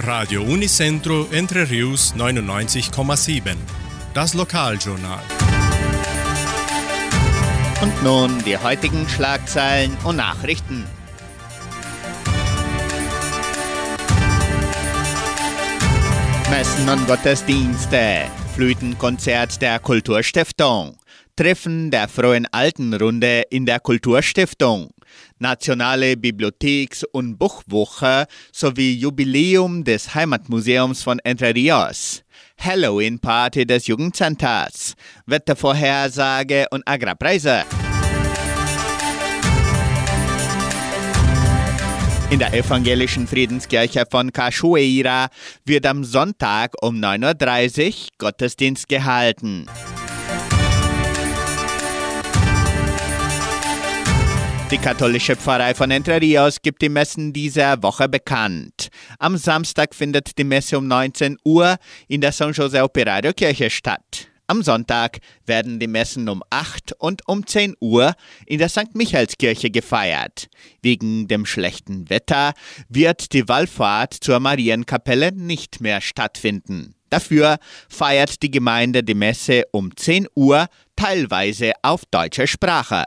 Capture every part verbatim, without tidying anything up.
Radio Unicentro Entre Rius neunundneunzig Komma sieben. Das Lokaljournal. Und nun die heutigen Schlagzeilen und Nachrichten. Messen und Gottesdienste, Flötenkonzert der Kulturstiftung, Treffen der Frohen Altenrunde in der Kulturstiftung, Nationale Bibliotheks- und Buchwoche sowie Jubiläum des Heimatmuseums von Entre Rios, Halloween-Party des Jugendcenters, Wettervorhersage und Agrarpreise. In der evangelischen Friedenskirche von Cachoeira wird am Sonntag um neun Uhr dreißig Gottesdienst gehalten. Die katholische Pfarrei von Entre Rios gibt die Messen dieser Woche bekannt. Am Samstag findet die Messe um neunzehn Uhr in der San José Operario Kirche statt. Am Sonntag werden die Messen um acht und um zehn Uhr in der Sankt Michaelskirche gefeiert. Wegen dem schlechten Wetter wird die Wallfahrt zur Marienkapelle nicht mehr stattfinden. Dafür feiert die Gemeinde die Messe um zehn Uhr, teilweise auf deutscher Sprache.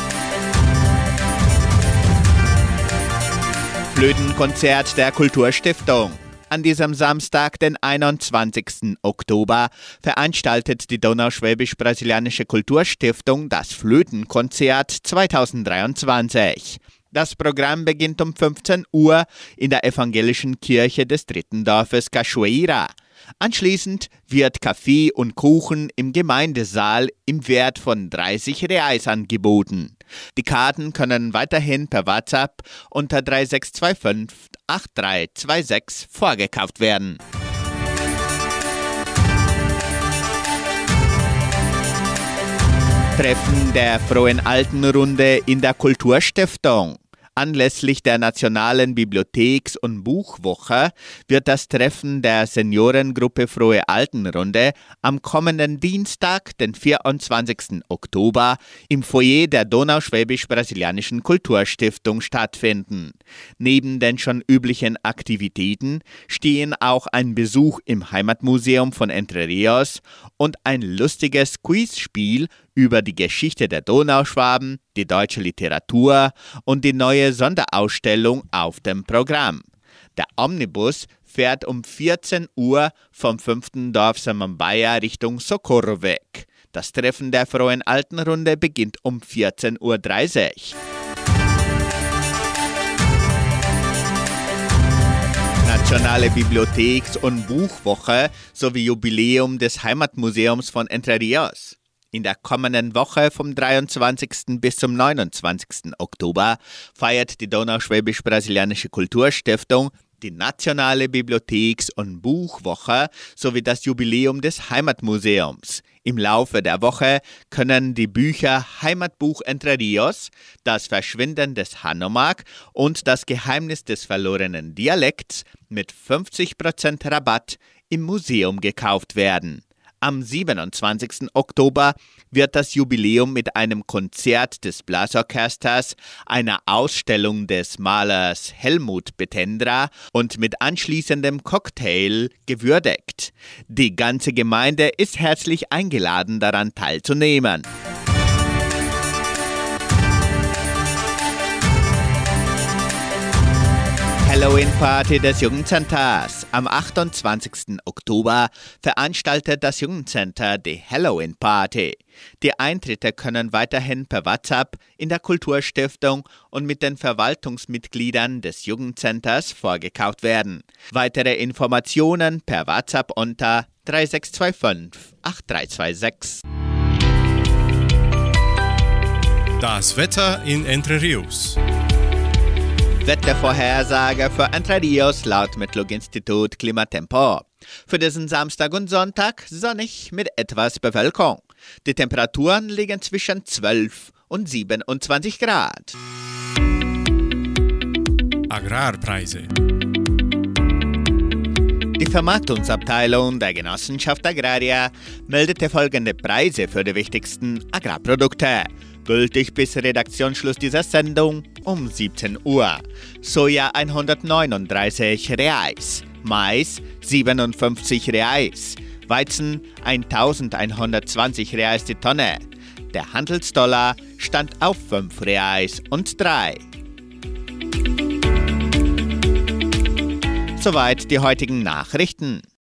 Flötenkonzert der Kulturstiftung. An diesem Samstag, den einundzwanzigsten Oktober, veranstaltet die Donauschwäbisch-Brasilianische Kulturstiftung das Flötenkonzert zweitausenddreiundzwanzig. Das Programm beginnt um fünfzehn Uhr in der evangelischen Kirche des dritten Dorfes Cachoeira. Anschließend wird Kaffee und Kuchen im Gemeindesaal im Wert von dreißig Reais angeboten. Die Karten können weiterhin per WhatsApp unter drei sechs zwei fünf acht drei zwei sechs vorgekauft werden. Treffen der Frohen Altenrunde in der Kulturstiftung. Anlässlich der Nationalen Bibliotheks- und Buchwoche wird das Treffen der Seniorengruppe Frohe Altenrunde am kommenden Dienstag, den vierundzwanzigsten Oktober, im Foyer der Donauschwäbisch-Brasilianischen Kulturstiftung stattfinden. Neben den schon üblichen Aktivitäten stehen auch ein Besuch im Heimatmuseum von Entre Rios und ein lustiges Quizspiel über die Geschichte der Donauschwaben, die deutsche Literatur und die neue Sonderausstellung auf dem Programm. Der Omnibus fährt um vierzehn Uhr vom fünften Dorf Samambaia Richtung Socorro weg. Das Treffen der Frohen Altenrunde beginnt um vierzehn Uhr dreißig. Nationale Bibliotheks- und Buchwoche sowie Jubiläum des Heimatmuseums von Entre Rios. In der kommenden Woche vom dreiundzwanzigsten bis zum neunundzwanzigsten Oktober feiert die Donauschwäbisch-Brasilianische Kulturstiftung die Nationale Bibliotheks- und Buchwoche sowie das Jubiläum des Heimatmuseums. Im Laufe der Woche können die Bücher Heimatbuch Entre Rios, Das Verschwinden des Hanomag und Das Geheimnis des verlorenen Dialekts mit fünfzig Prozent Rabatt im Museum gekauft werden. Am siebenundzwanzigsten Oktober wird das Jubiläum mit einem Konzert des Blasorchesters, einer Ausstellung des Malers Helmut Betendra und mit anschließendem Cocktail gewürdigt. Die ganze Gemeinde ist herzlich eingeladen, daran teilzunehmen. Halloween-Party des Jugendcenters. Am achtundzwanzigsten Oktober veranstaltet das Jugendcenter die Halloween-Party. Die Eintritte können weiterhin per WhatsApp in der Kulturstiftung und mit den Verwaltungsmitgliedern des Jugendcenters vorgekauft werden. Weitere Informationen per WhatsApp unter drei sechs zwei fünf acht drei zwei sechs. Das Wetter in Entre Rios. Wettervorhersage für Entre Rios laut Metlog-Institut Klimatempo. Für diesen Samstag und Sonntag sonnig mit etwas Bewölkung. Die Temperaturen liegen zwischen zwölf und siebenundzwanzig Grad. Agrarpreise. Die Vermarktungsabteilung der Genossenschaft Agraria meldete folgende Preise für die wichtigsten Agrarprodukte. Gültig bis Redaktionsschluss dieser Sendung um siebzehn Uhr. Soja hundertneununddreißig Reais, Mais siebenundfünfzig Reais, Weizen eintausendeinhundertzwanzig Reais die Tonne. Der Handelsdollar stand auf fünf Reais und drei. Soweit die heutigen Nachrichten.